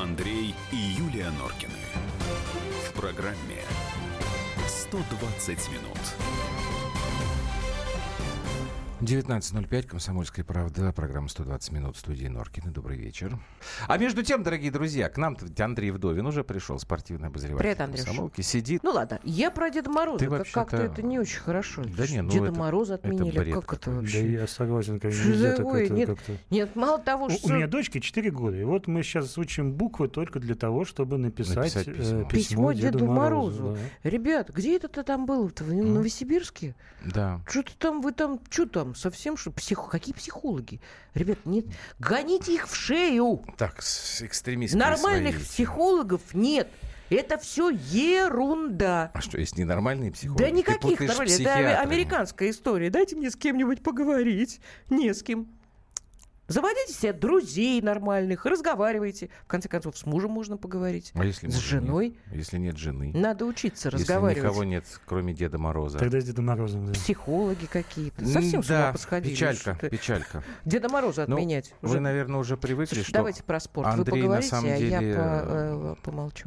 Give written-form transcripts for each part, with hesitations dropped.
Андрей и Юлия Норкины. В программе 120 минут. 19.05, «Комсомольская правда», программа «120 минут», в студии Норкины. Добрый вечер. А между тем, дорогие друзья, к нам Андрей Вдовин уже пришел, спортивный обозреватель. Привет, Андрюш. Комсомолки, сидит. Ну ладно, я про Деда Мороза. Как-то это не очень хорошо. Да не, ну Деда это, Мороза отменили. Это бред как это вообще? Да я согласен, как нельзя так это нет, как-то... Нет, мало того, что... У меня дочке 4 года, и вот мы сейчас учим буквы только для того, чтобы написать письмо Деду Морозу. Да. Ребят, где это ты там был-то? В Новосибирске? Да. Что там, совсем что? Какие психологи? Ребят, нет, гоните их в шею. Так, с экстремистской Нормальных своей... психологов нет. Это все ерунда. А что, есть ненормальные психологи? Да никаких нормальных. Это американская история. Дайте мне с кем-нибудь поговорить. Не с кем. Заводите себе друзей нормальных, разговаривайте. В конце концов, с мужем можно поговорить. А если с женой? Нет? Если нет жены? Надо учиться разговаривать. Если никого нет, кроме Деда Мороза. Тогда с Дедом Морозом, да. Психологи какие-то. Совсем с ума посходили. Печалька. Деда Мороза отменять. Вы, наверное, уже привыкли, что давайте про спорт. Андрей, вы поговорите, на самом деле... я помолчу.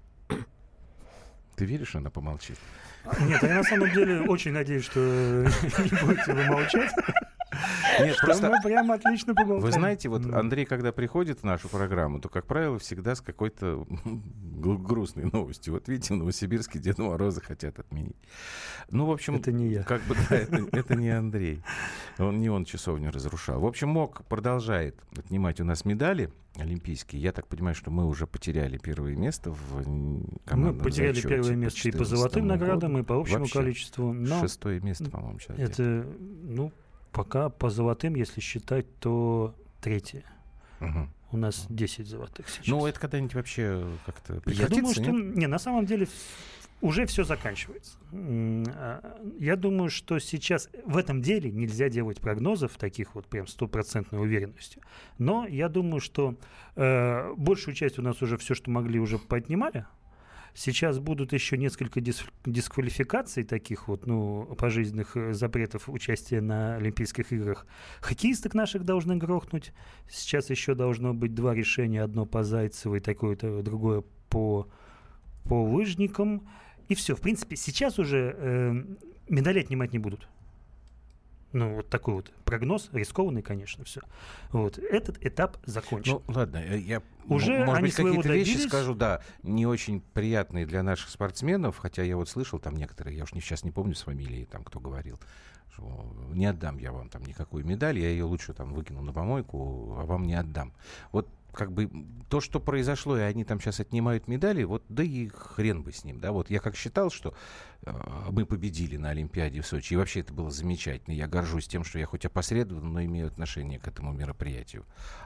Ты веришь, она помолчит? Нет, я на самом деле очень надеюсь, что не будете вы молчать. Нет, просто мы прям отлично поболтаем. Вы знаете, вот Андрей, когда приходит в нашу программу, то, как правило, всегда с какой-то грустной новостью. Вот видите, в Новосибирске Деда Мороза хотят отменить. Ну, в общем... Это не я. Как бы, да, это не Андрей. Не он часовню разрушал. В общем, МОК продолжает отнимать у нас медали олимпийские. Я так понимаю, что мы уже потеряли первое место в командном Мы потеряли зачете первое место и по золотым наградам, и по общему количеству. Но 6-е место, по-моему, сейчас. Это, пока по золотым, если считать, то 3-е. Угу. У нас 10 золотых сейчас. Ну, это когда-нибудь вообще как-то прекратится, я думаю, что... нет? на самом деле уже все заканчивается. Я думаю, что сейчас в этом деле нельзя делать прогнозов таких вот прям 100% уверенностью. Но я думаю, что большую часть у нас уже все, что могли, уже поднимали. Сейчас будут еще несколько дисквалификаций таких вот, пожизненных запретов участия на Олимпийских играх. Хоккеисток наших должны грохнуть. Сейчас еще должно быть 2 решения. Одно по Зайцевой, такое-то, другое по лыжникам. И все. В принципе, сейчас уже медали отнимать не будут. Вот такой вот прогноз, рискованный, конечно, все. Вот. Этот этап закончен. Ну, ладно, я, уже может быть, какие-то вещи добились. скажу, да, не очень приятные для наших спортсменов, хотя я вот слышал там некоторые, я уж сейчас не помню с фамилией, там кто говорил, что не отдам я вам там никакую медаль, я ее лучше там выкину на помойку, а вам не отдам. Вот как бы то, что произошло, и они там сейчас отнимают медали, вот да и хрен бы с ним, да, вот я как считал, что мы победили на Олимпиаде в Сочи, и вообще это было замечательно, я горжусь тем, что я хоть опосредованно, но имею отношение к этому мероприятию.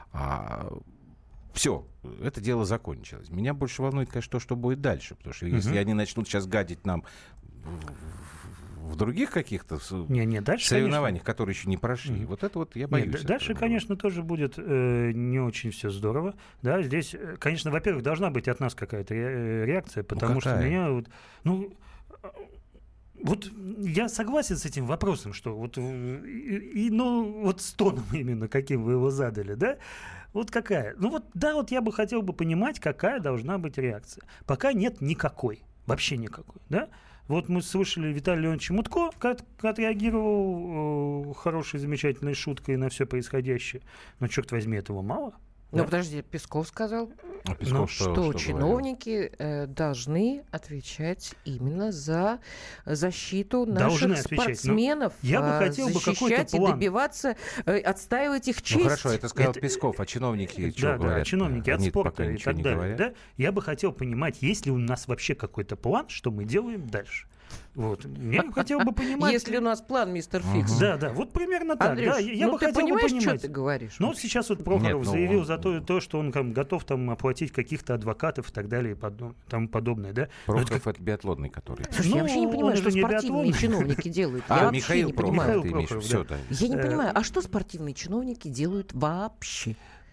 Все, это дело закончилось. Меня больше волнует, конечно, то, что будет дальше, потому что если они начнут сейчас гадить нам в других каких-то дальше, соревнованиях, которые еще не прошли. Вот это вот я боюсь. Дальше, конечно, тоже будет не очень все здорово. Да, здесь, конечно, во-первых, должна быть от нас какая-то реакция, потому что меня вот я согласен с этим вопросом, что вот с тоном именно, каким вы его задали, да? Вот какая? Вот я бы хотел понимать, какая должна быть реакция. Пока нет никакой, вообще никакой, да? Вот мы слышали Виталия Леонидовича Мутко, как отреагировал хорошей, замечательной шуткой на все происходящее. Но, черт возьми, этого мало. Ну, подожди, Песков сказал, что чиновники должны отвечать именно за защиту наших спортсменов, я бы хотел защищать и добиваться, отстаивать их честь. Ну, хорошо, это сказал Песков, а чиновники что говорят? Да, чиновники от спорта и так далее. Да? Я бы хотел понимать, есть ли у нас вообще какой-то план, что мы делаем дальше. Вот. Я хотел бы понимать... Если у нас план, мистер Фикс. Да, вот примерно так. Андрюш, да, я бы ты хотел понимаешь, бы понимать. что ты говоришь? Вот сейчас вот Прохоров заявил за то, что он готов там оплатить каких-то адвокатов и так далее и тому подобное. Да? Прохоров это биатлонный, который... Слушай, я вообще не понимаю, что спортивные чиновники делают. Я вообще Михаил не понимаю. Прохоров, ты имеешь в виду. Я не понимаю, а что спортивные чиновники делают вообще?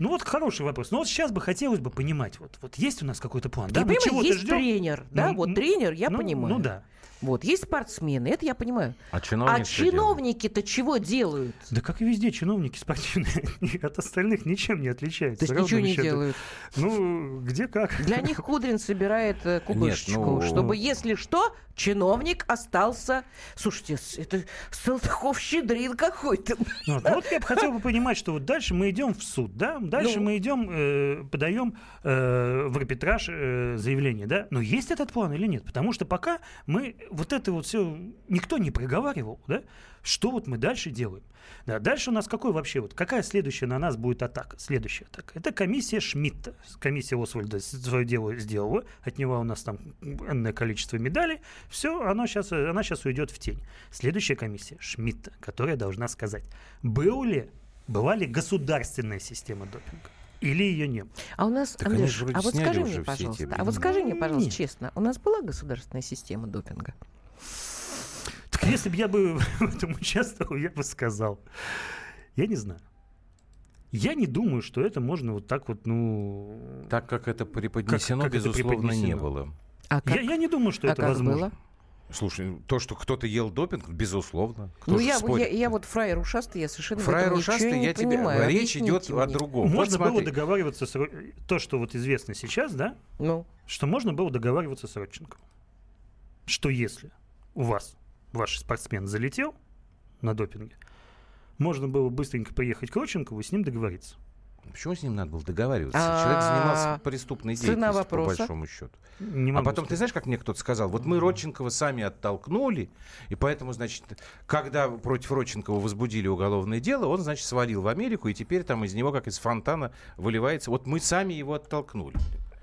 Ну вот хороший вопрос. Но вот сейчас бы хотелось бы понимать, вот есть у нас какой-то план, да? Я понимаю, чего-то есть ждем? тренер, да, вот тренер, я понимаю. Ну да. Вот, есть спортсмены, это я понимаю. А чиновники-то чего делают? Да как и везде, чиновники спортивные от остальных ничем не отличаются. То есть ничего не делают? Ну, где как. Для них Кудрин собирает кубышечку, чтобы, если что, чиновник остался... Слушайте, это Салтыков-Щедрин какой-то. Вот я бы хотел бы понимать, что вот дальше мы идем в суд, да? Дальше мы идем, подаем в арбитраж заявление, да? Но есть этот план или нет? Потому что пока мы вот это вот все никто не проговаривал, да? Что вот мы дальше делаем? Да, дальше у нас какая следующая на нас будет атака? Следующая атака. Это комиссия Шмидта. Комиссия Освальда свое дело сделала. От него у нас там энное количество медалей. Все, она сейчас уйдет в тень. Следующая комиссия Шмидта, которая должна сказать, была ли государственная система допинга? Или ее не было? А у нас, Андрюш, вот скажи мне, пожалуйста, честно, у нас была государственная система допинга? Так если бы я бы в этом участвовал, я бы сказал. Я не знаю. Я не думаю, что это можно вот так вот, Так как это преподнесено, безусловно, не было. Я не думаю, что это возможно. Было? Слушай, то, что кто-то ел допинг, безусловно. Я вот фраер ушастый, я совершенно фраер ушастый, я тебе... Речь идет о другом. Можно было договариваться с... То, что вот известно сейчас, да? Что можно было договариваться с Родченковым. Что если у вас ваш спортсмен залетел на допинге, можно было быстренько приехать к Родченкову и с ним договориться. Почему с ним надо было договариваться? Человек занимался преступной деятельностью, по большому счету. А потом, ты знаешь, как мне кто-то сказал, вот мы Родченкова сами оттолкнули, и поэтому, значит, когда против Родченкова возбудили уголовное дело, он, значит, свалил в Америку, и теперь там из него, как из фонтана, выливается. Вот мы сами его оттолкнули.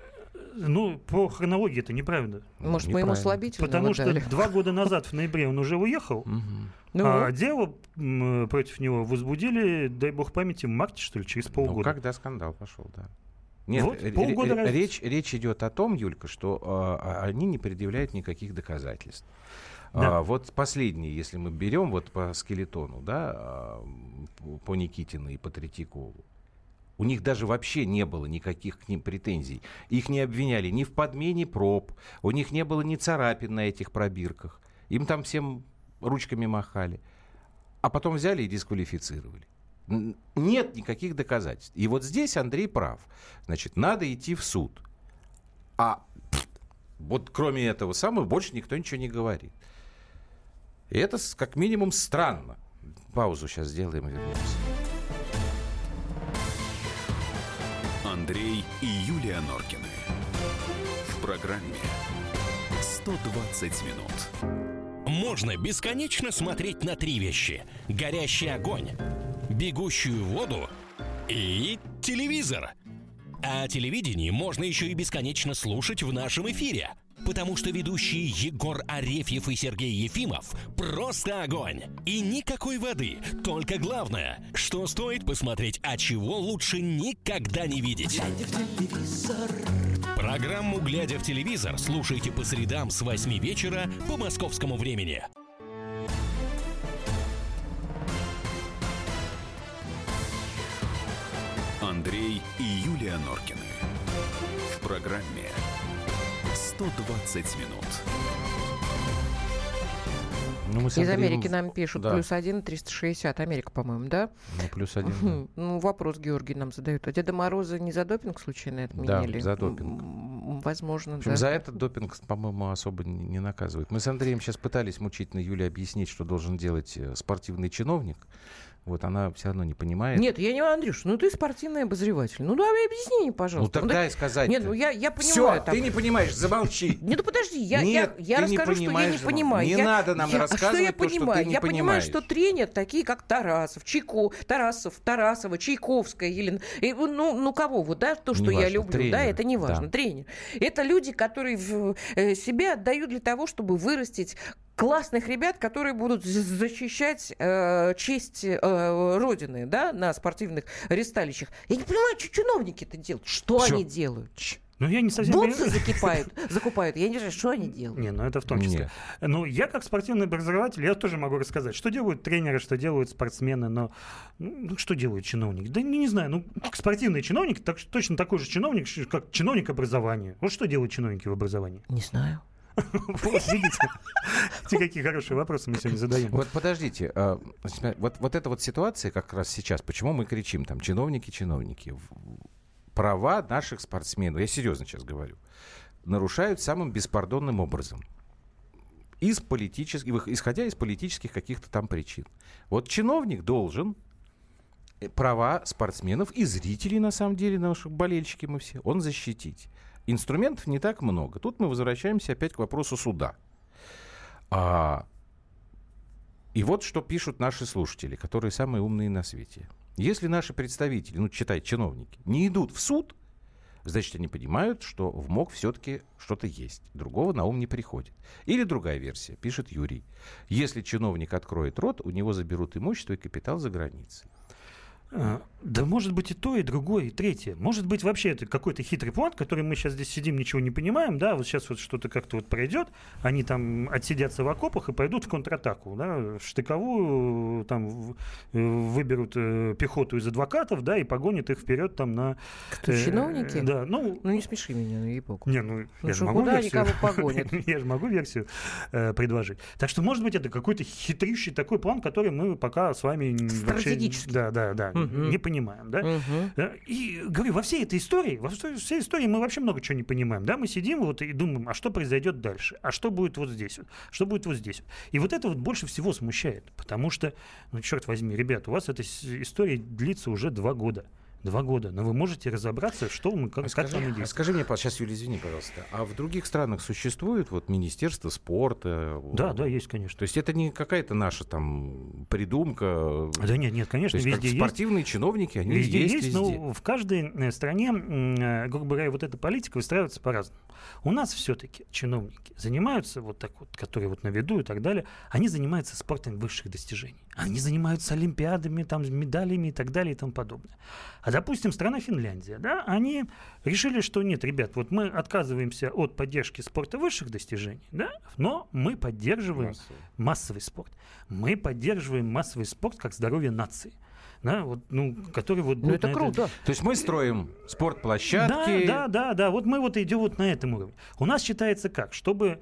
По хронологии это неправильно. Может, мы ему слабительного Потому что дали? 2 года назад, в ноябре, он уже уехал, а дело против него возбудили, дай бог памяти, в марте, что ли, через полгода. Когда скандал пошел, да. Нет, полгода речь идет о том, Юлька, что они не предъявляют никаких доказательств. Да. Вот последние, если мы берем вот по скелетону, да, по Никитину и по Третьякову, у них даже вообще не было никаких к ним претензий. Их не обвиняли ни в подмене проб, у них не было ни царапин на этих пробирках. Им там всем ручками махали. А потом взяли и дисквалифицировали. Нет никаких доказательств. И вот здесь Андрей прав. Значит, надо идти в суд. А вот кроме этого самого больше никто ничего не говорит. И это как минимум странно. Паузу сейчас сделаем и вернемся. Андрей и Юлия Норкины. В программе 120 минут. Можно бесконечно смотреть на 3 вещи. Горящий огонь, бегущую воду и телевизор. А телевидение можно еще и бесконечно слушать в нашем эфире. Потому что ведущие Егор Арефьев и Сергей Ефимов просто огонь. И никакой воды. Только главное, что стоит посмотреть, а чего лучше никогда не видеть. Глядя в телевизор. Программу «Глядя в телевизор» слушайте по средам с 8 вечера по московскому времени. Андрей и Юлия Норкины. В программе 120 минут. Из Америки нам пишут +1 360. Америка, по-моему, да? +1. Да. Вопрос Георгий нам задает. А Деда Мороза не за допинг случайно отменили? Да, за допинг. Возможно, да. За этот допинг, по-моему, особо не наказывают. Мы с Андреем сейчас пытались мучительно Юле объяснить, что должен делать спортивный чиновник. Вот она все равно не понимает. Нет, я не... Андрюш, ты спортивный обозреватель. Давай объясни мне, пожалуйста. Тогда и сказать. Нет, я понимаю. Все, ты не понимаешь, замолчи. Нет, подожди, я расскажу, что я не понимаю. Не надо нам рассказывать то, что ты не понимаешь. Я понимаю, что тренер, такие как Тарасов, Тарасова, Чайковская, Елена, кого, то, что я люблю, тренер, да, это не важно, да. Тренер. Это люди, которые себя отдают для того, чтобы вырастить классных ребят, которые будут защищать честь Родины, да, на спортивных ристалищах. Я не понимаю, что чиновники это делают. Что они делают? Ну, я не совсем Бутсы закупают. Я не знаю, что они делают. Не, ну это в том числе. Но я как спортивный образователь, я тоже могу рассказать, что делают тренеры, что делают спортсмены, но что делают чиновники? Да не знаю, спортивный чиновник точно такой же чиновник, как чиновник образования. Вот что делают чиновники в образовании? Не знаю. Вот видите, какие хорошие вопросы мы сегодня задаем. Вот подождите, вот эта вот ситуация как раз сейчас, почему мы кричим там чиновники, права наших спортсменов, я серьезно сейчас говорю, нарушают самым беспардонным образом. Исходя из политических каких-то там причин. Вот чиновник должен права спортсменов и зрителей, на самом деле, наших болельщики мы все, он защитить. Инструментов не так много. Тут мы возвращаемся опять к вопросу суда. И вот что пишут наши слушатели, которые самые умные на свете. Если наши представители, читай, чиновники, не идут в суд, значит, они понимают, что в МОК все-таки что-то есть. Другого на ум не приходит. Или другая версия, пишет Юрий. Если чиновник откроет рот, у него заберут имущество и капитал за границей. Да может быть и то, и другое, и третье. Может быть вообще это какой-то хитрый план, который мы сейчас здесь сидим, ничего не понимаем, да, вот сейчас вот что-то как-то вот пройдет, они там отсидятся в окопах и пойдут в контратаку, да, в штыковую там выберут пехоту из адвокатов, да, и погонят их вперед там на... Кто, чиновники? Да, не смеши меня, ей-богу. Не, я же могу куда никого погонят? Я же могу версию предложить. Так что, может быть, это какой-то хитрющий такой план, который мы пока с вами... Стратегически. Да. Не понимаем, да? И говорю, во всей этой истории, мы вообще много чего не понимаем, да? Мы сидим вот и думаем, а что произойдет дальше? А что будет вот здесь вот? Что будет вот здесь вот? И вот это вот больше всего смущает, потому что, черт возьми, ребят, у вас эта история длится уже 2 года. 2 года. Но вы можете разобраться, что мы, как там действует. Скажи мне, сейчас, Юлия, извини, пожалуйста, а в других странах существует вот Министерство спорта? Да, есть, конечно. То есть это не какая-то наша там придумка? Да нет, конечно, везде есть. Спортивные чиновники, они везде есть. Везде. Но в каждой стране, грубо говоря, вот эта политика выстраивается по-разному. У нас все-таки чиновники занимаются вот так вот, которые вот на виду и так далее, они занимаются спортом высших достижений. Они занимаются олимпиадами, там, медалями и так далее и тому подобное. А, допустим, страна Финляндия, да, они решили, что нет, ребят, вот мы отказываемся от поддержки спорта высших достижений, да, но мы поддерживаем массовый спорт. Мы поддерживаем массовый спорт как здоровье нации. Да, вот, который вот будет. Это круто. То есть мы строим спортплощадки. Да. Вот мы вот идем вот на этом уровне. У нас считается как, чтобы,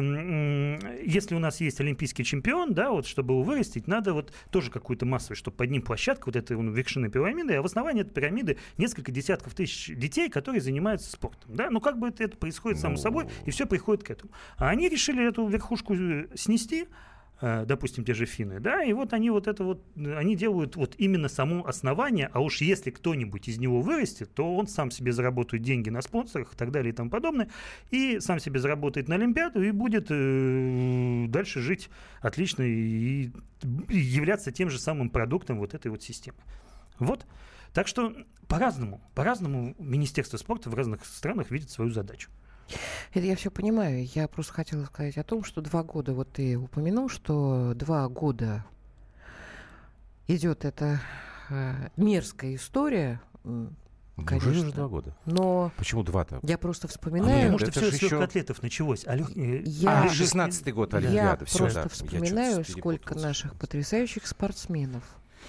если у нас есть олимпийский чемпион, да, вот чтобы его вырастить, надо вот тоже какую-то массовую, чтобы под ним площадка, вот эта вершина пирамиды, а в основании этой пирамиды несколько десятков тысяч детей, которые занимаются спортом. Да? Как бы это происходит само собой, и все приходит к этому. А они решили эту верхушку снести, допустим, те же финны, да, и вот они они делают вот именно само основание, а уж если кто-нибудь из него вырастет, то он сам себе заработает деньги на спонсорах и так далее и тому подобное, и сам себе заработает на Олимпиаду и будет дальше жить отлично и являться тем же самым продуктом вот этой вот системы. Вот. Так что по-разному Министерство спорта в разных странах видит свою задачу. Это я все понимаю. Я просто хотела сказать о том, что 2 года, вот ты упомянул, что 2 года идет эта мерзкая история. Конечно. Уже 2 года. Но почему 2-то? Я просто вспоминаю... Потому что все с легкоатлетов началось. 16-й год Олимпиады. Я просто вспоминаю, сколько наших потрясающих спортсменов,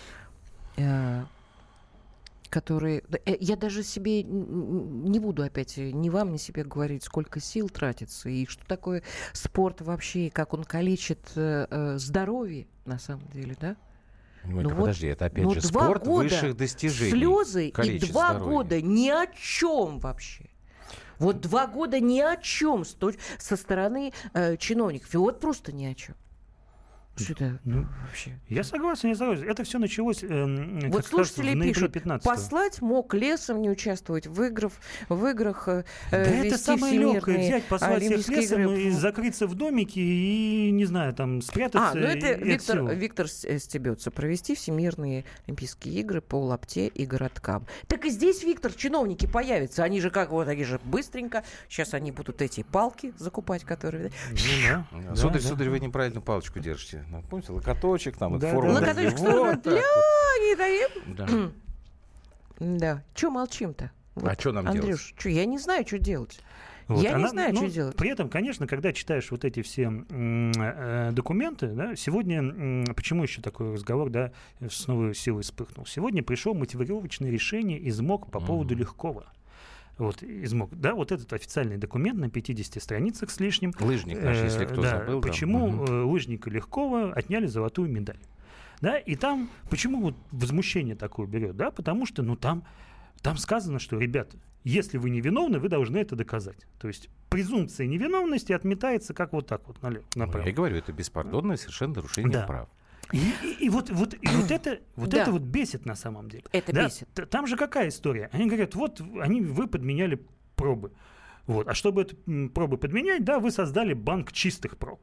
которые... Я даже себе не буду опять ни вам, ни себе говорить, сколько сил тратится, и что такое спорт вообще, и как он калечит здоровье, на самом деле, да? Подожди, это опять же спорт высших достижений. Слезы и 2 года ни о чем вообще. Вот 2 года ни о чем со стороны чиновников. И вот просто ни о чем. Что это вообще? Я согласен. Это все началось, вот слушатели пишут, послать МОК лесом, не участвовать в играх, это самое легкое, взять, послать всех лесом и закрыться в домике и, не знаю, там спрятаться. Это Виктор стебется. Провести всемирные Олимпийские игры по лапте и городкам. Так и здесь, Виктор, чиновники появятся. Они же они же быстренько. Сейчас они будут эти палки закупать, которые... Сударь, вы неправильно палочку держите. Помните, локоточек, там, локоточек, вот да. Чего молчим-то? Вот, а что нам Андрюш, делать? Я не знаю, что делать. Вот. Я не знаю, что делать. При этом, конечно, когда читаешь вот эти все документы, да, сегодня, почему еще такой разговор, да, с новой силой вспыхнул? Сегодня пришло мотивировочное решение из МОК по поводу Легкова. Вот, из МОК, да, вот этот официальный документ на 50 страницах с лишним. Лыжник наш, если кто забыл. Почему лыжника Легкова отняли золотую медаль? Да, и там, почему вот возмущение такое берет? Да, потому что, там сказано, что, ребята, если вы невиновны, вы должны это доказать. То есть презумпция невиновности отметается как вот так вот направо. Я и говорю, это беспардонное совершенно нарушение прав. И вот это вот бесит на самом деле. Это бесит. Там же какая история? Они говорят, вы подменяли пробы. Вот. А чтобы эти пробы подменять, да, вы создали банк чистых проб.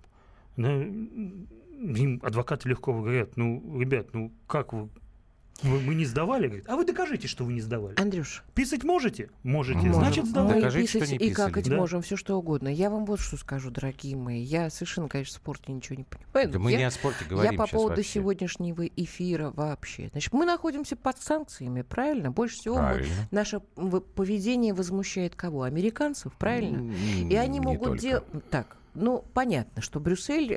Им адвокаты Легкова говорят, ребят, как мы не сдавали? Говорит, а вы докажите, что вы не сдавали. Андрюш. Писать можете? Можете. Можем. Значит, сдавайте. Мы писать что не и какать да. можем, все что угодно. Я вам вот что скажу, дорогие мои. Я совершенно, конечно, в спорте ничего не понимаю. Да мы не о спорте говорим. Я по поводу вообще. сегодняшнего эфира вообще. Значит, мы находимся под санкциями, правильно? Больше всего наше поведение возмущает кого? Американцев, правильно? И они могут делать... Так. Понятно, что Брюссель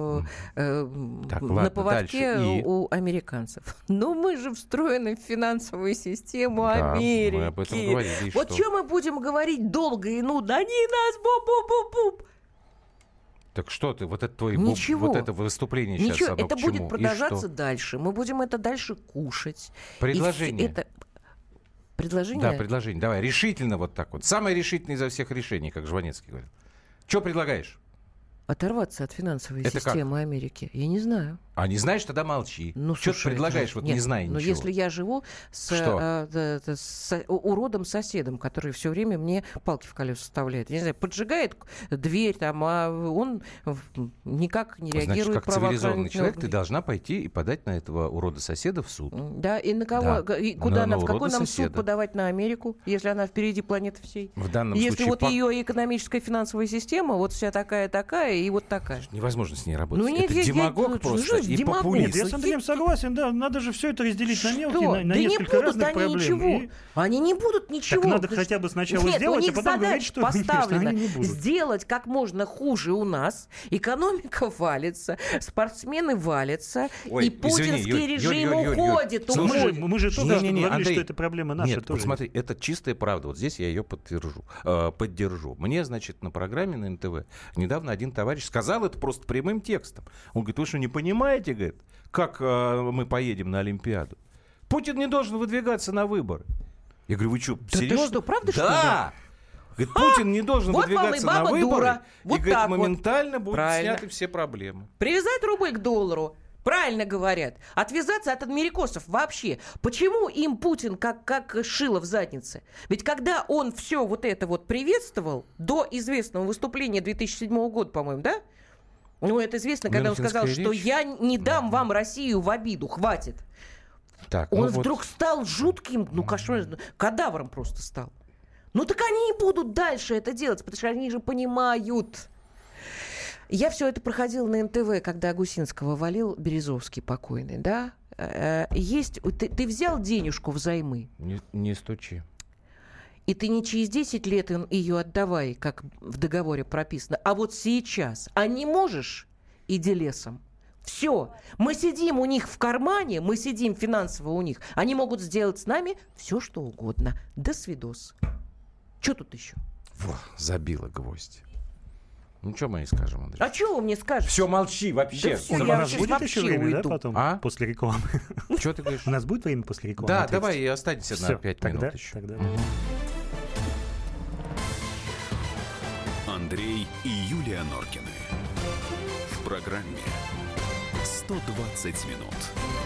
на поводке у американов. Но мы же встроены в финансовую систему Америки. Мы об этом говорили, вот что мы будем говорить долго и нудно? Они нас бу-бу-бу-бу. Так что ты, вот это твое вот это выступление сейчас, ничего, оно это к чему? будет продолжаться дальше. Мы будем это дальше кушать. Предложение. Предложение? Да, предложение. Давай, решительно вот так вот. Самое решительное изо всех решений, как Жванецкий говорит. Что предлагаешь? Оторваться от финансовой системы Америки? Я не знаю. А не знаешь, тогда молчи. Что ты предлагаешь, не зная ничего? Но если я живу с уродом-соседом, который все время мне палки в колеса вставляет, я не знаю, поджигает дверь, а он никак не реагирует. Значит, как цивилизованный человек, ты должна пойти и подать на этого урода-соседа в суд. Да, и на кого? Да. И куда в какой нам суд подавать на Америку, если она впереди планеты всей? В данном если случае... ее экономическая финансовая система вот вся такая и вот такая. Невозможно с ней работать. Это демагог просто. И популист. Нет, я с Андреем согласен, да, надо же все это разделить на мелкие, на несколько разных проблем. Ничего. Они не будут ничего. Так надо хотя бы сначала сделать, а потом говорить, что поставлена они не будут. Сделать как можно хуже у нас. Экономика валится, спортсмены валятся, и путинский режим уходит. Мы же только что говорили, что это проблема наша. Нет, смотри, это чистая правда. Вот здесь я ее поддержу. Мне, значит, на программе на НТВ недавно один товарищ сказал это просто прямым текстом. Он говорит, вы что, не понимаете, говорит, как мы поедем на Олимпиаду? Путин не должен выдвигаться на выборы. Я говорю, вы что, серьезно? Ты что, правда, что ли? Да! Говорит, Путин не должен выдвигаться на выборы, и, говорит, моментально будут сняты все проблемы. Привязать рубль к доллару. Правильно говорят. Отвязаться от америкосов вообще. Почему им Путин как шило в заднице? Ведь когда он все вот это вот приветствовал до известного выступления 2007 года, по-моему, да? Это известно, когда он сказал, что я не дам вам Россию в обиду, хватит. Так, он вдруг стал жутким, кадавром просто стал. Так они и будут дальше это делать, потому что они же понимают. Я все это проходила на НТВ, когда Гусинского валил Березовский покойный, да? Ты взял денежку взаймы? Не стучи. И ты не через 10 лет ее отдавай, как в договоре прописано, а вот сейчас. А не можешь? Иди лесом. Все. Мы сидим у них в кармане, мы сидим финансово у них. Они могут сделать с нами все, что угодно. До свидос. Что тут еще? Забила гвоздь. Что мы и скажем, Андрей? А что вы мне скажете? Все, молчи вообще. Да все, у нас будет еще время, да, потом, после рекламы? Что ты говоришь? У нас будет время после рекламы? Да, давай, и останься на 5 минут еще. Тогда. Андрей и Юлия Норкины. В программе 120 минут.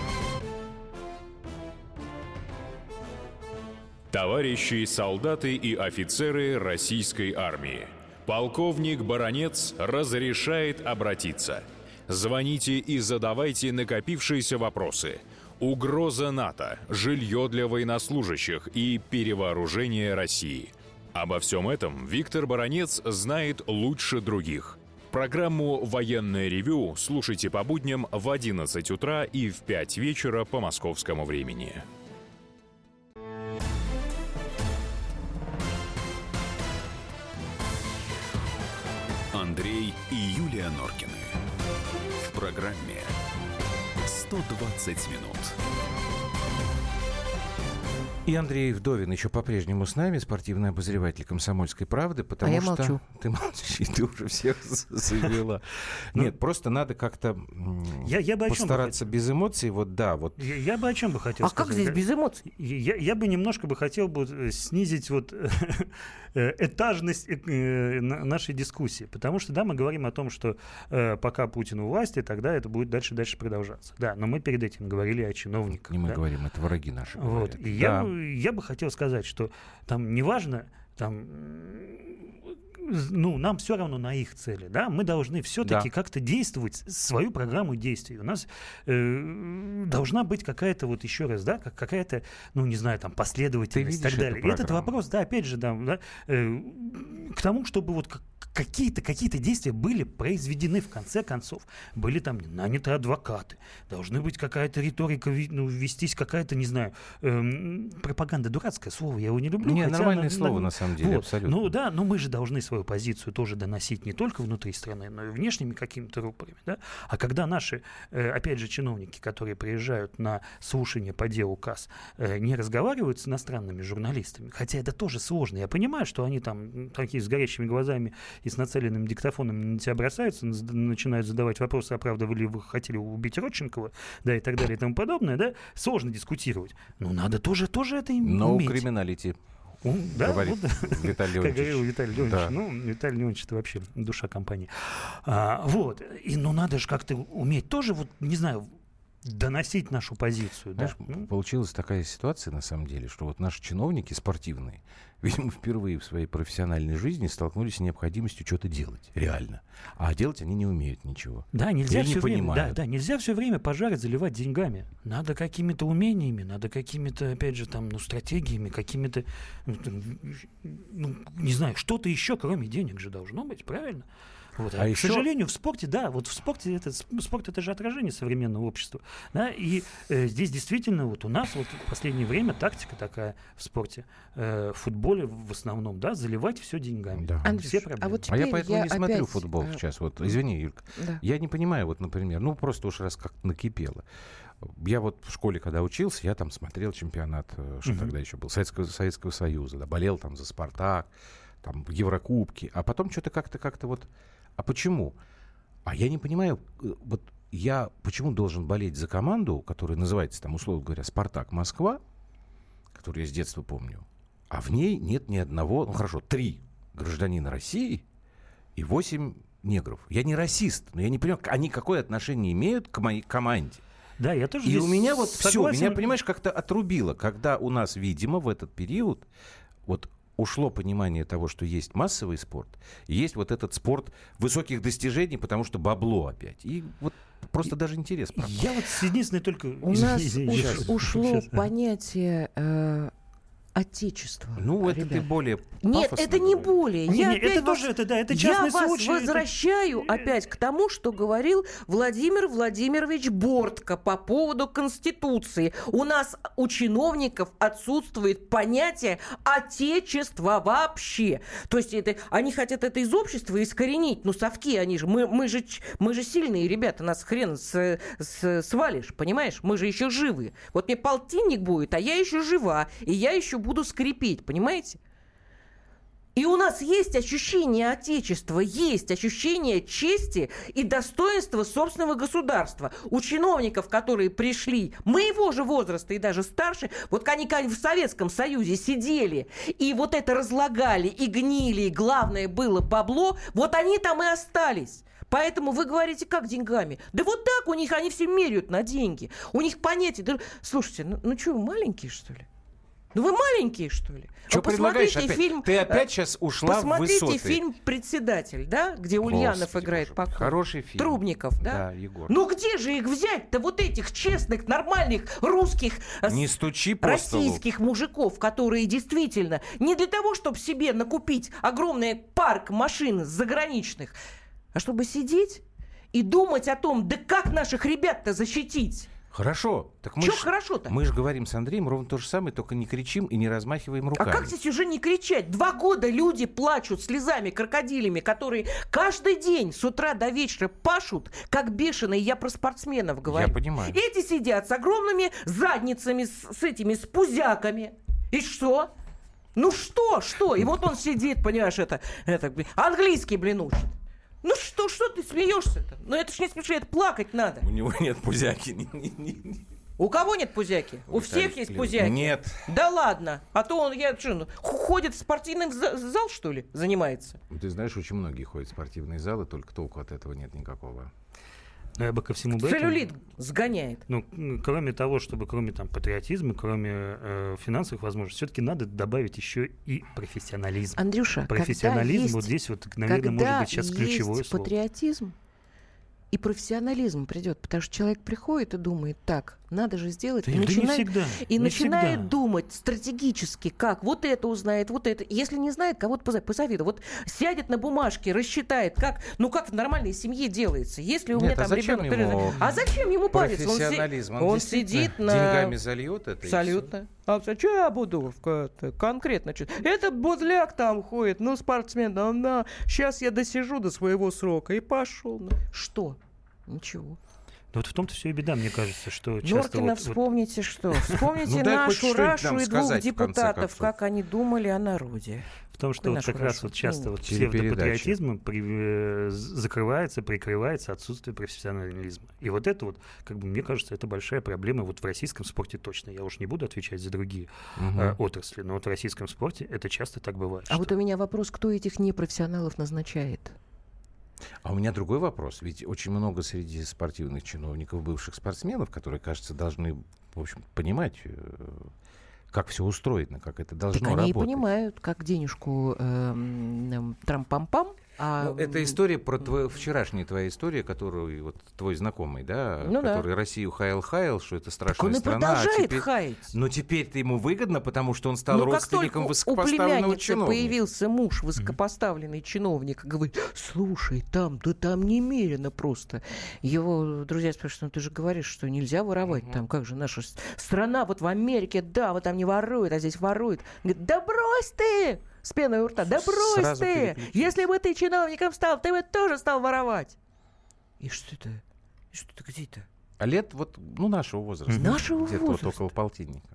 Товарищи солдаты и офицеры российской армии. Полковник Баранец разрешает обратиться. Звоните и задавайте накопившиеся вопросы. Угроза НАТО, жилье для военнослужащих и перевооружение России. Обо всем этом Виктор Баранец знает лучше других. Программу «Военное ревю» слушайте по будням в 11 утра и в 5 вечера по московскому времени. Андрей и Юлия Норкины. В программе «120 минут». И Андрей Вдовин еще по-прежнему с нами, спортивный обозреватель «Комсомольской правды», потому что... молчу. Ты молчишь, и ты уже всех завела. Нет, просто надо как-то постараться без эмоций. Вот да, вот. Я бы о чем бы хотел сказать. А как здесь без эмоций? Я бы немножко хотел снизить этажность нашей дискуссии. Потому что, да, мы говорим о том, что пока Путин у власти, тогда это будет дальше продолжаться. Да, но мы перед этим говорили о чиновниках. Не мы говорим, это враги наши говорят. Вот. И я бы хотел сказать, что там неважно, нам все равно на их цели, да, мы должны все-таки как-то действовать, свою программу действий. У нас должна быть какая-то еще раз, да, какая-то, последовательность и так далее. И этот вопрос, да, опять же, к тому, чтобы какие-то действия были произведены в конце концов. Были там наняты адвокаты. Должны быть какая-то риторика, вестись какая-то, пропаганда. Дурацкое слово, я его не люблю. Нормальное слово, на самом деле, абсолютно. Но мы же должны свою позицию тоже доносить не только внутри страны, но и внешними какими-то рупорами. Да? А когда наши, опять же, чиновники, которые приезжают на слушание по делу КАС, не разговаривают с иностранными журналистами, хотя это тоже сложно. Я понимаю, что они там такие с горящими глазами и с нацеленным диктофоном на тебя бросаются, начинают задавать вопросы, а правда вы хотели убить Родченкова, да, и так далее, и тому подобное, да, сложно дискутировать. Но надо тоже это уметь. No criminality. Да, говорит Виталий Леонтьевич. Как говорил Виталий Леонтьевич. Да. Виталий Леонтьевич — это вообще душа компании. И надо же как-то уметь тоже, доносить нашу позицию. Знаешь, получилась такая ситуация, на самом деле, что наши чиновники спортивные, видимо, впервые в своей профессиональной жизни столкнулись с необходимостью что-то делать, реально. А делать они не умеют ничего. Да, нельзя все время, нельзя все время пожары заливать деньгами. Надо какими-то умениями, надо какими-то, опять же, стратегиями, какими-то, что-то еще, кроме денег же должно быть, правильно? К сожалению, в спорте, спорт это же отражение современного общества. Да, и здесь действительно у нас в последнее время тактика такая в спорте, в футболе в основном, да, заливать все деньгами. Да. Андрюш, все проблемы. Я поэтому не смотрю футбол сейчас. Извини, Юлька. Да. Я не понимаю, например, просто уж раз как-то накипело. Я в школе, когда учился, я там смотрел чемпионат, что тогда еще был, Советского Союза, да, болел там за «Спартак», там Еврокубки, а потом что-то как-то А почему? А я не понимаю, я почему должен болеть за команду, которая называется, условно говоря, «Спартак Москва», которую я с детства помню, а в ней нет ни одного, 3 гражданина России и 8 негров. Я не расист, но я не понимаю, они какое отношение имеют к моей команде. Да, я тоже. И у меня согласен. все, меня, понимаешь, как-то отрубило, когда у нас, видимо, в этот период ушло понимание того, что есть массовый спорт, и есть этот спорт высоких достижений, потому что бабло опять. И просто даже интерес пропал. Я единственное только... У нас ушло понятие отечества. Это ты более пафосно. Нет, это не более. Это частный случай. Я вас возвращаю опять к тому, что говорил Владимир Владимирович Бортко по поводу Конституции. У нас у чиновников отсутствует понятие отечества вообще. То есть они хотят это из общества искоренить. Совки, они же. Мы же сильные ребята, нас хрен свалишь, понимаешь? Мы же еще живы. Мне полтинник будет, а я еще жива. И я еще буду скрипеть, понимаете? И у нас есть ощущение отечества, есть ощущение чести и достоинства собственного государства. У чиновников, которые пришли моего же возраста и даже старше, они в Советском Союзе сидели и это разлагали, и гнили, и главное было бабло, они там и остались. Поэтому вы говорите, как деньгами? Да так у них, они все меряют на деньги. У них понятие... Слушайте, что, вы маленькие, что ли? Вы маленькие, что ли? Что предлагаешь опять? Ты опять сейчас ушла в высоты. Посмотрите фильм «Председатель», да? Где Ульянов играет покойный. Хороший фильм. Трубников, да? Да, Егор. Где же их взять-то, этих честных, нормальных, русских, не стучи по российских столу. Мужиков, которые действительно не для того, чтобы себе накупить огромный парк машин заграничных, а чтобы сидеть и думать о том, как наших ребят-то защитить. Хорошо. Так Чё хорошо-то? Мы же говорим с Андреем ровно то же самое, только не кричим и не размахиваем руками. А как здесь уже не кричать? 2 года люди плачут слезами, крокодилями, которые каждый день с утра до вечера пашут, как бешеные. Я про спортсменов говорю. Я понимаю. Эти сидят с огромными задницами, с пузяками. И что? Ну что? И вот он сидит, понимаешь, это английский, учит. Ну что ты смеешься-то? Ну это ж не смешно, это плакать надо. У него нет пузяки. У кого нет пузяки? У всех есть пузяки. Нет. Да ладно. А то он, ходит в спортивный зал, что ли, занимается? Ты знаешь, очень многие ходят в спортивные залы, только толку от этого нет никакого. Но я бы ко всему целлюлит сгоняет. Ну, кроме того, кроме патриотизма, кроме финансовых возможностей, все-таки надо добавить еще и профессионализм. Андрюша, профессионализм вот здесь наверное, может быть сейчас ключевое слово. Патриотизм и профессионализм придет, потому что человек приходит и думает, так, надо же сделать, да, начинает думать стратегически, как вот это узнает, вот это. Если не знает, кого-то посоветует. Вот сядет на бумажке, рассчитает, как в нормальной семье делается. Если у меня там ребенок... А зачем ему париться? Профессионализм. Он сидит деньгами зальет это. Абсолютно. А что я буду конкретно? Это бодляк там ходит, спортсмен, сейчас я досижу до своего срока и пошел. Что? Ничего. Вот в том-то все и беда, мне кажется, что часто... Норкина вспомните что? Вспомните нашу Рашу и 2 депутатов, как они думали о народе. В том, что как раз часто псевдопатриотизм прикрывается отсутствие профессионализма. И вот это мне кажется, это большая проблема в российском спорте точно. Я уж не буду отвечать за другие отрасли, но в российском спорте это часто так бывает. А вот у меня вопрос, кто этих непрофессионалов назначает? А у меня другой вопрос. Ведь очень много среди спортивных чиновников, бывших спортсменов, которые, кажется, должны, в общем, понимать, как все устроено, как это должно работать. Они и понимают, как денежку трам-пам-пам. Это история про вчерашняя твоя история, которую твой знакомый, который Россию хаял, что это страшная страна. Он и продолжает хаять. Но теперь-то ему выгодно, потому что он стал родственником высокопоставленного чиновника. У племянницы появился муж, высокопоставленный чиновник, говорит, слушай, там немерено просто. Его друзья спрашивают, ты же говоришь, что нельзя воровать там, как же наша страна в Америке, вот там не воруют, а здесь воруют. Говорит, да брось ты! С пеной у рта. Да брось ты! Если бы ты чиновником стал, ты бы тоже стал воровать. И что это? Где это? А лет нашего возраста. Нашего где-то возраста. Около полтинника.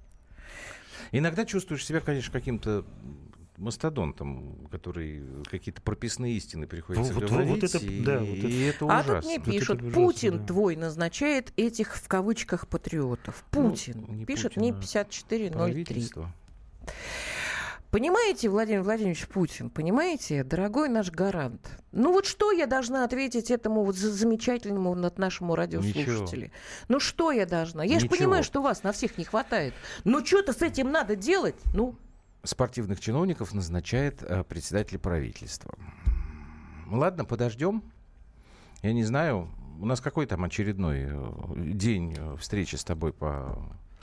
Иногда чувствуешь себя, конечно, каким-то мастодонтом, который какие-то прописные истины приходится говорить. Это ужасно. А тут мне пишут, Путин твой назначает этих, в кавычках, патриотов. Путин. Пишет мне 5403. Понимаете, Владимир Владимирович Путин, понимаете, дорогой наш гарант? Что я должна ответить этому замечательному нашему радиослушателю? Ничего. Что я должна? Я же понимаю, что вас на всех не хватает. Что-то с этим надо делать. Спортивных чиновников назначает председатель правительства. Ладно, подождем. Я не знаю, у нас какой там очередной день встречи с тобой по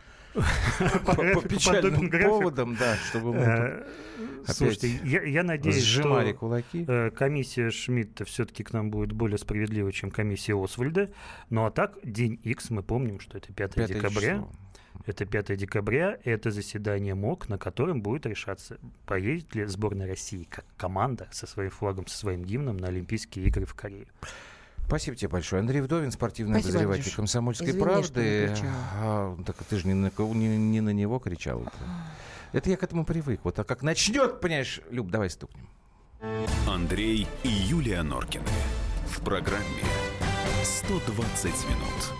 печальным поводам, чтобы мы слушайте, я надеюсь, сжимали кулаки. Комиссия Шмидта все-таки к нам будет более справедлива, чем комиссия Освальда. Ну а так, день X, мы помним, что это 5 декабря. Число. Это 5 декабря, это заседание МОК, на котором будет решаться, поедет ли сборная России как команда со своим флагом, со своим гимном на Олимпийские игры в Корее. Спасибо тебе большое. Андрей Вдовин, спортивный обозреватель «Комсомольской правды». Так ты же не на него кричал. Это я к этому привык. А как начнет, понимаешь, Люб, давай стукнем. Андрей и Юлия Норкины. В программе «120 минут».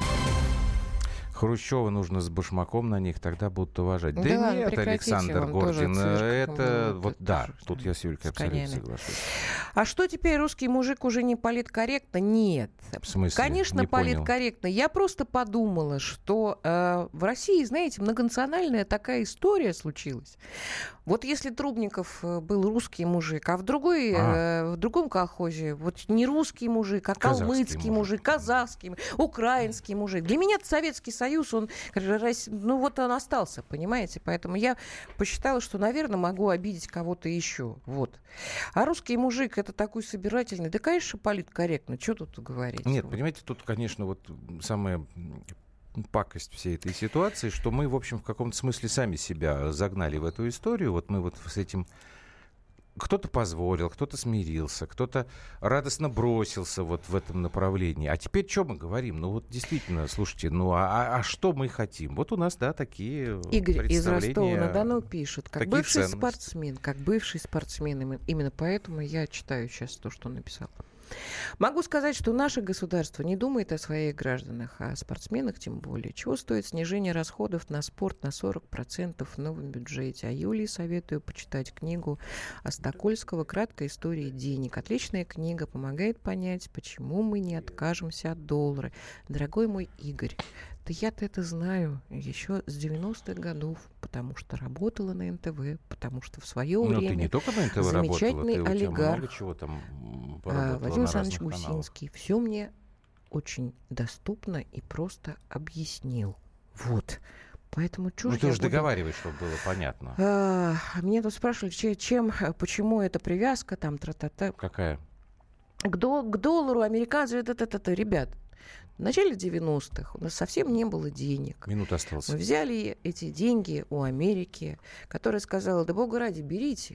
Хрущева нужно с башмаком на них, тогда будут уважать. Да нет, Александр Гордин, это тут я с Юлькой абсолютно соглашусь. А что теперь русский мужик уже не политкорректно? Нет. В смысле? Конечно, не политкорректно. Я просто подумала, что в России, знаете, многонациональная такая история случилась. Вот если Трубников был русский мужик, а в другом колхозе не русский мужик, а калмыцкий мужик, казахский, украинский мужик. Для меня это Советский Союз, он остался, понимаете? Поэтому я посчитала, что, наверное, могу обидеть кого-то еще. А русский мужик это такой собирательный. Да, конечно, политкорректно. Что тут говорить? Нет, понимаете, тут, конечно, самое пакость всей этой ситуации, что мы, в общем, в каком-то смысле сами себя загнали в эту историю. Вот мы вот с этим... Кто-то позволил, кто-то смирился, кто-то радостно бросился вот в этом направлении. А теперь что мы говорим? Ну вот действительно, слушайте, ну а что мы хотим? Вот у нас, да, такие Игорь из представления. Ростова-на-Дону пишет, как бывший спортсмен, именно поэтому я читаю сейчас то, что он написал. Могу сказать, что наше государство не думает о своих гражданах, а о спортсменах тем более. Чего стоит снижение расходов на спорт на 40% в новом бюджете? А Юлии советую почитать книгу Остакольского «Краткая история денег». Отличная книга, помогает понять, почему мы не откажемся от доллара. Дорогой мой Игорь, да я-то это знаю еще с 90-х годов, потому что работала на НТВ, потому что в свое время ты не только на НТВ замечательный работала, олигарх много чего там Владимир Александрович Гусинский все мне очень доступно и просто объяснил. Вот. Поэтому чушь. Ты уже договариваешь, чтобы было понятно. Меня тут спрашивали, почему эта привязка там тра-та-та. Какая? К доллару, американцу, ребят. В начале 90-х у нас совсем не было денег. Минута осталась. Мы взяли эти деньги у Америки, которая сказала, да бога ради, берите,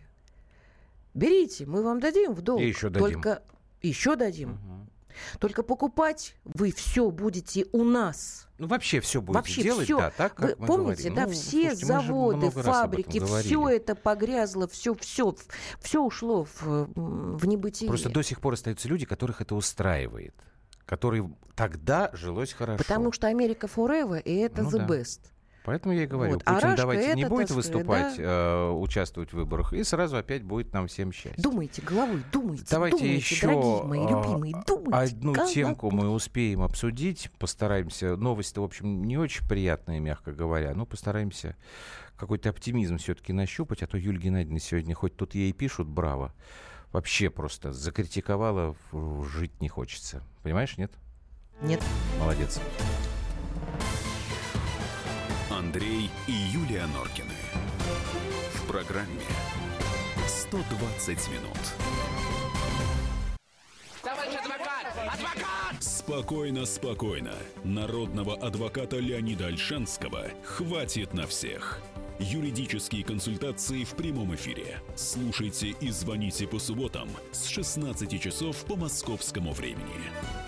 мы вам дадим в долг. И еще дадим. Только еще дадим. Угу. Только покупать вы все будете у нас. Ну, вообще все будете делать, всё. да, так, как вы мы помните, говорим. да, все заводы, фабрики, все это погрязло, все ушло в небытие. Просто до сих пор остаются люди, которых это устраивает, которые тогда жилось хорошо. Потому что Америка forever, и это the best. Поэтому я и говорю, вот. Путин Рашка давайте не будет сказать, выступать, да? Участвовать в выборах, и сразу опять будет нам всем счастье. Думайте головой, Давайте еще дорогие мои любимые, думайте. Одну темку мы успеем обсудить, постараемся. Новость-то, в общем, не очень приятная, мягко говоря, но постараемся какой-то оптимизм все-таки нащупать, а то Юлия Геннадьевна сегодня, хоть тут ей пишут, браво, вообще просто закритиковала, жить не хочется. Понимаешь, нет? Нет. Молодец. Андрей и Юлия Норкины. В программе 120 минут. Товарищ адвокат! Адвокат! Спокойно, спокойно. Народного адвоката Леонида Ольшанского хватит на всех. Юридические консультации в прямом эфире. Слушайте и звоните по субботам с 16 часов по московскому времени.